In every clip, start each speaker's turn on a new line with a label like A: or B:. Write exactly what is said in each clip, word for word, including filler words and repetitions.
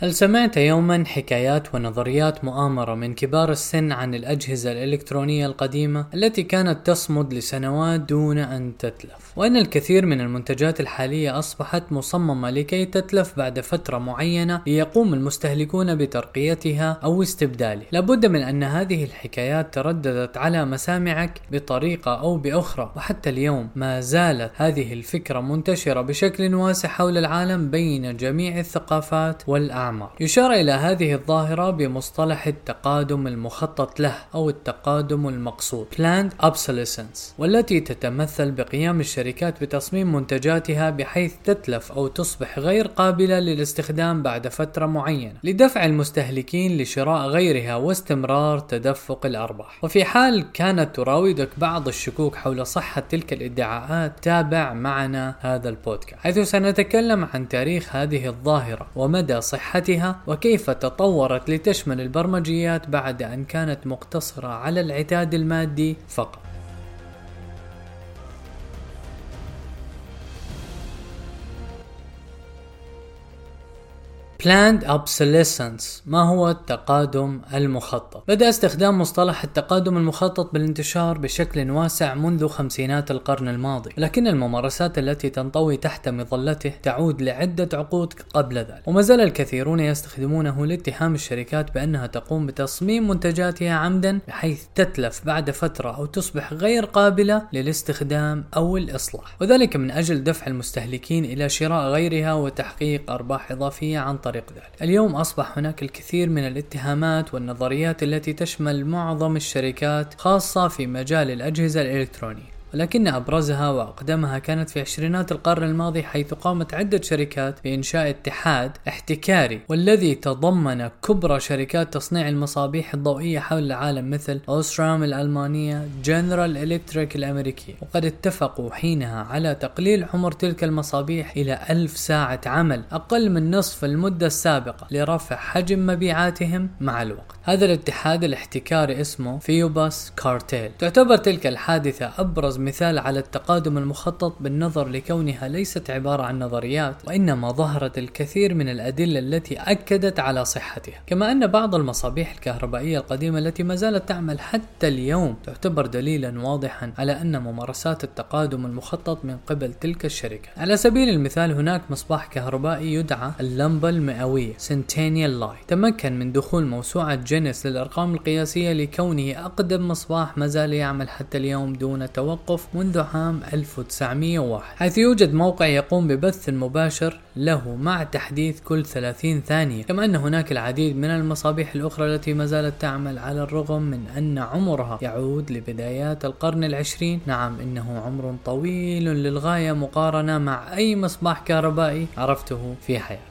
A: هل سمعت يوما حكايات ونظريات مؤامرة من كبار السن عن الأجهزة الإلكترونية القديمة التي كانت تصمد لسنوات دون أن تتلف، وأن الكثير من المنتجات الحالية أصبحت مصممة لكي تتلف بعد فترة معينة ليقوم المستهلكون بترقيتها أو استبدالها؟ لابد من أن هذه الحكايات ترددت على مسامعك بطريقة أو بأخرى، وحتى اليوم ما زالت هذه الفكرة منتشرة بشكل واسع حول العالم بين جميع الثقافات والأعمار. يشار إلى هذه الظاهرة بمصطلح التقادم المخطط له أو التقادم المقصود Planned Obsolescence، والتي تتمثل بقيام الشركات بتصميم منتجاتها بحيث تتلف أو تصبح غير قابلة للاستخدام بعد فترة معينة لدفع المستهلكين لشراء غيرها واستمرار تدفق الأرباح. وفي حال كانت تراودك بعض الشكوك حول صحة تلك الادعاءات، تابع معنا هذا البودكاست، حيث سنتكلم عن تاريخ هذه الظاهرة ومدى صحتها وكيف تطورت لتشمل البرمجيات بعد أن كانت مقتصرة على العتاد المادي فقط. Planned Obsolescence. ما هو التقادم المخطط؟ بدأ استخدام مصطلح التقادم المخطط بالانتشار بشكل واسع منذ خمسينات القرن الماضي، لكن الممارسات التي تنطوي تحت مظلته تعود لعدة عقود قبل ذلك، وما زال الكثيرون يستخدمونه لاتهام الشركات بأنها تقوم بتصميم منتجاتها عمدا بحيث تتلف بعد فترة أو تصبح غير قابلة للاستخدام أو الإصلاح، وذلك من أجل دفع المستهلكين إلى شراء غيرها وتحقيق أرباح إضافية عن طريق ذلك. اليوم أصبح هناك الكثير من الاتهامات والنظريات التي تشمل معظم الشركات خاصة في مجال الأجهزة الإلكترونية، ولكن أبرزها وأقدمها كانت في عشرينات القرن الماضي، حيث قامت عدة شركات بإنشاء اتحاد احتكاري والذي تضمن كبرى شركات تصنيع المصابيح الضوئية حول العالم مثل أوسترام الألمانية، جنرال إلكتريك الأمريكية، وقد اتفقوا حينها على تقليل عمر تلك المصابيح إلى ألف ساعة عمل، أقل من نصف المدة السابقة، لرفع حجم مبيعاتهم مع الوقت. هذا الاتحاد الاحتكاري اسمه فيوباس كارتيل. تعتبر تلك الحادثة أبرز مثال على التقادم المخطط بالنظر لكونها ليست عبارة عن نظريات، وإنما ظهرت الكثير من الأدلة التي أكدت على صحتها. كما أن بعض المصابيح الكهربائية القديمة التي ما زالت تعمل حتى اليوم تعتبر دليلا واضحا على أن ممارسات التقادم المخطط من قبل تلك الشركة. على سبيل المثال، هناك مصباح كهربائي يدعى اللمبة المئوية سنتينيال لايت، تمكن من دخول موسوعة جينيس للأرقام القياسية لكونه أقدم مصباح ما زال يعمل حتى اليوم دون توقف منذ عام ألف وتسعمئة وواحد، حيث يوجد موقع يقوم ببث مباشر له مع تحديث كل ثلاثين ثانية. كما أن هناك العديد من المصابيح الأخرى التي ما زالت تعمل على الرغم من أن عمرها يعود لبدايات القرن العشرين. نعم، إنه عمر طويل للغاية مقارنة مع أي مصباح كهربائي عرفته في حياتي.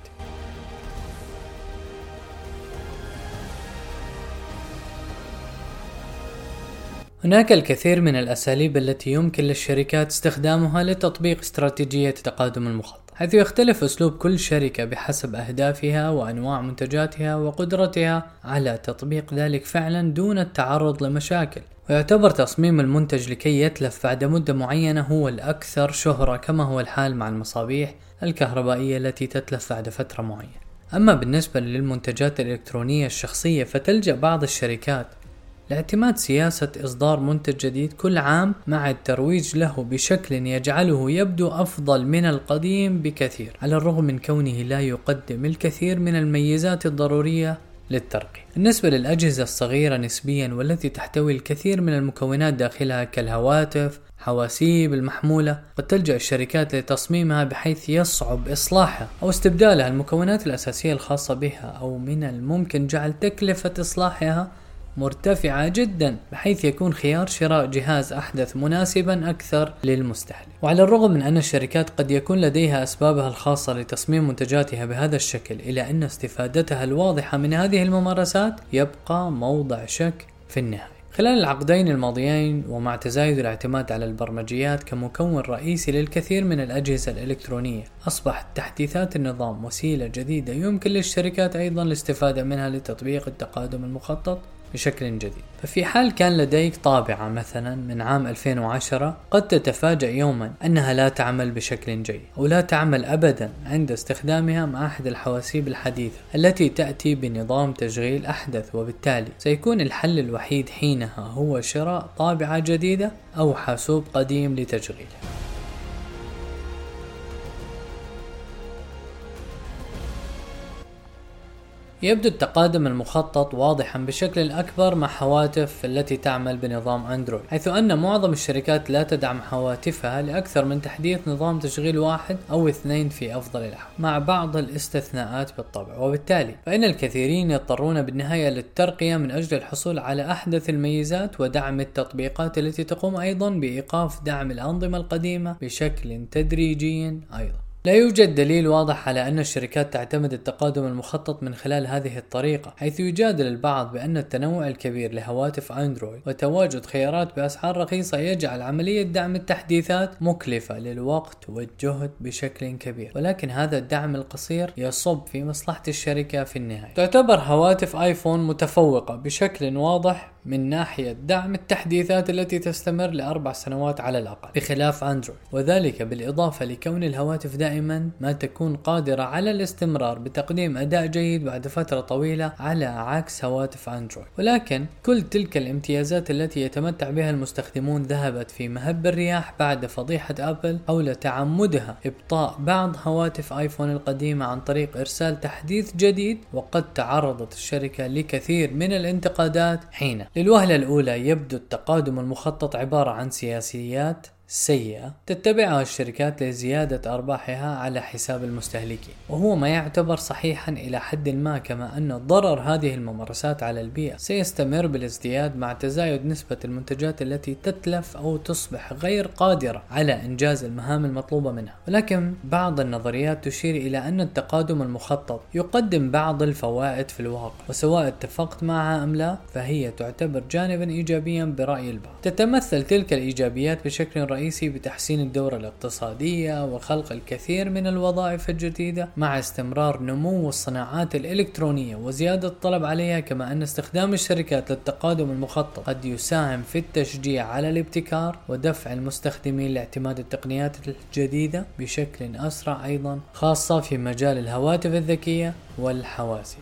A: هناك الكثير من الأساليب التي يمكن للشركات استخدامها لتطبيق استراتيجية التقادم المخطط، حيث يختلف أسلوب كل شركة بحسب أهدافها وأنواع منتجاتها وقدرتها على تطبيق ذلك فعلا دون التعرض لمشاكل. ويعتبر تصميم المنتج لكي يتلف بعد مدة معينة هو الأكثر شهرة، كما هو الحال مع المصابيح الكهربائية التي تتلف بعد فترة معينة. أما بالنسبة للمنتجات الإلكترونية الشخصية، فتلجأ بعض الشركات لاعتماد سياسة إصدار منتج جديد كل عام مع الترويج له بشكل يجعله يبدو أفضل من القديم بكثير، على الرغم من كونه لا يقدم الكثير من الميزات الضرورية للترقية. بالنسبة للأجهزة الصغيرة نسبيا والتي تحتوي الكثير من المكونات داخلها كالهواتف، حواسيب المحمولة، قد تلجأ الشركات لتصميمها بحيث يصعب إصلاحها أو استبدالها المكونات الأساسية الخاصة بها، أو من الممكن جعل تكلفة إصلاحها مرتفعة جدا بحيث يكون خيار شراء جهاز أحدث مناسبا أكثر للمستهلك. وعلى الرغم من أن الشركات قد يكون لديها أسبابها الخاصة لتصميم منتجاتها بهذا الشكل، إلا أن استفادتها الواضحة من هذه الممارسات يبقى موضع شك في النهاية. خلال العقدين الماضيين ومع تزايد الاعتماد على البرمجيات كمكون رئيسي للكثير من الأجهزة الإلكترونية، أصبحت تحديثات النظام وسيلة جديدة يمكن للشركات أيضا الاستفادة منها لتطبيق التقادم المخطط بشكل جديد. ففي حال كان لديك طابعة مثلا من عام ألفين وعشرة، قد تتفاجأ يوما أنها لا تعمل بشكل جيد أو لا تعمل أبدا عند استخدامها مع أحد الحواسيب الحديثة التي تأتي بنظام تشغيل أحدث، وبالتالي سيكون الحل الوحيد حينها هو شراء طابعة جديدة أو حاسوب قديم لتشغيله. يبدو التقادم المخطط واضحا بشكل الأكبر مع هواتف التي تعمل بنظام أندرويد، حيث أن معظم الشركات لا تدعم هواتفها لأكثر من تحديث نظام تشغيل واحد أو اثنين في أفضل الأحوال، مع بعض الاستثناءات بالطبع. وبالتالي فإن الكثيرين يضطرون بالنهاية للترقية من أجل الحصول على أحدث الميزات ودعم التطبيقات التي تقوم أيضا بإيقاف دعم الأنظمة القديمة بشكل تدريجي أيضا. لا يوجد دليل واضح على أن الشركات تعتمد التقادم المخطط من خلال هذه الطريقة، حيث يجادل البعض بأن التنوع الكبير لهواتف أندرويد وتواجد خيارات بأسعار رخيصة يجعل عملية دعم التحديثات مكلفة للوقت والجهد بشكل كبير، ولكن هذا الدعم القصير يصب في مصلحة الشركة في النهاية. تعتبر هواتف آيفون متفوقة بشكل واضح من ناحية دعم التحديثات التي تستمر لأربع سنوات على الأقل بخلاف أندرويد، وذلك بالإضافة لكون الهواتف دائما ما تكون قادرة على الاستمرار بتقديم أداء جيد بعد فترة طويلة على عكس هواتف أندرويد. ولكن كل تلك الامتيازات التي يتمتع بها المستخدمون ذهبت في مهب الرياح بعد فضيحة أبل حول تعمدها إبطاء بعض هواتف آيفون القديمة عن طريق إرسال تحديث جديد، وقد تعرضت الشركة لكثير من الانتقادات حينها. للوهلة الأولى يبدو التقادم المخطط عبارة عن سياسيات سيئة تتبعها الشركات لزيادة أرباحها على حساب المستهلكين، وهو ما يعتبر صحيحا إلى حد ما، كما أن ضرر هذه الممارسات على البيئة سيستمر بالازدياد مع تزايد نسبة المنتجات التي تتلف أو تصبح غير قادرة على إنجاز المهام المطلوبة منها. ولكن بعض النظريات تشير إلى أن التقادم المخطط يقدم بعض الفوائد في الواقع، وسواء اتفقت معها أم لا فهي تعتبر جانبا إيجابيا برأي البعض. تتمثل تلك الإيجابيات بشكل رئيسي بتحسين الدورة الاقتصادية وخلق الكثير من الوظائف الجديدة مع استمرار نمو الصناعات الإلكترونية وزيادة الطلب عليها، كما أن استخدام الشركات للتقادم المخطط قد يساهم في التشجيع على الابتكار ودفع المستخدمين لاعتماد التقنيات الجديدة بشكل أسرع أيضا، خاصة في مجال الهواتف الذكية والحواسيب.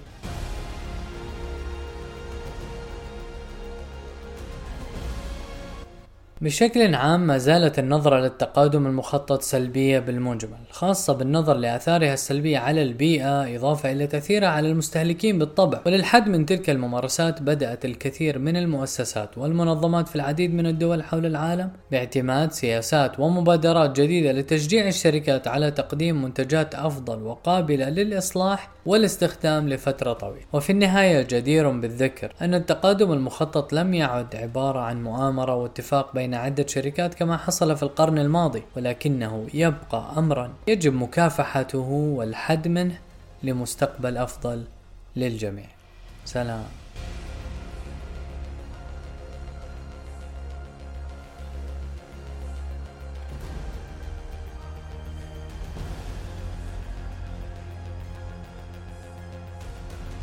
A: بشكل عام ما زالت النظرة للتقادم المخطط سلبية بالمجمل، خاصة بالنظر لآثارها السلبية على البيئة إضافة إلى تأثيرها على المستهلكين بالطبع. وللحد من تلك الممارسات بدأت الكثير من المؤسسات والمنظمات في العديد من الدول حول العالم باعتماد سياسات ومبادرات جديدة لتشجيع الشركات على تقديم منتجات أفضل وقابلة للإصلاح والاستخدام لفترة طويلة. وفي النهاية جدير بالذكر أن التقادم المخطط لم يعد عبارة عن مؤامرة واتفاق بين عدة شركات كما حصل في القرن الماضي، ولكنه يبقى أمرا يجب مكافحته والحد منه لمستقبل أفضل للجميع. سلام.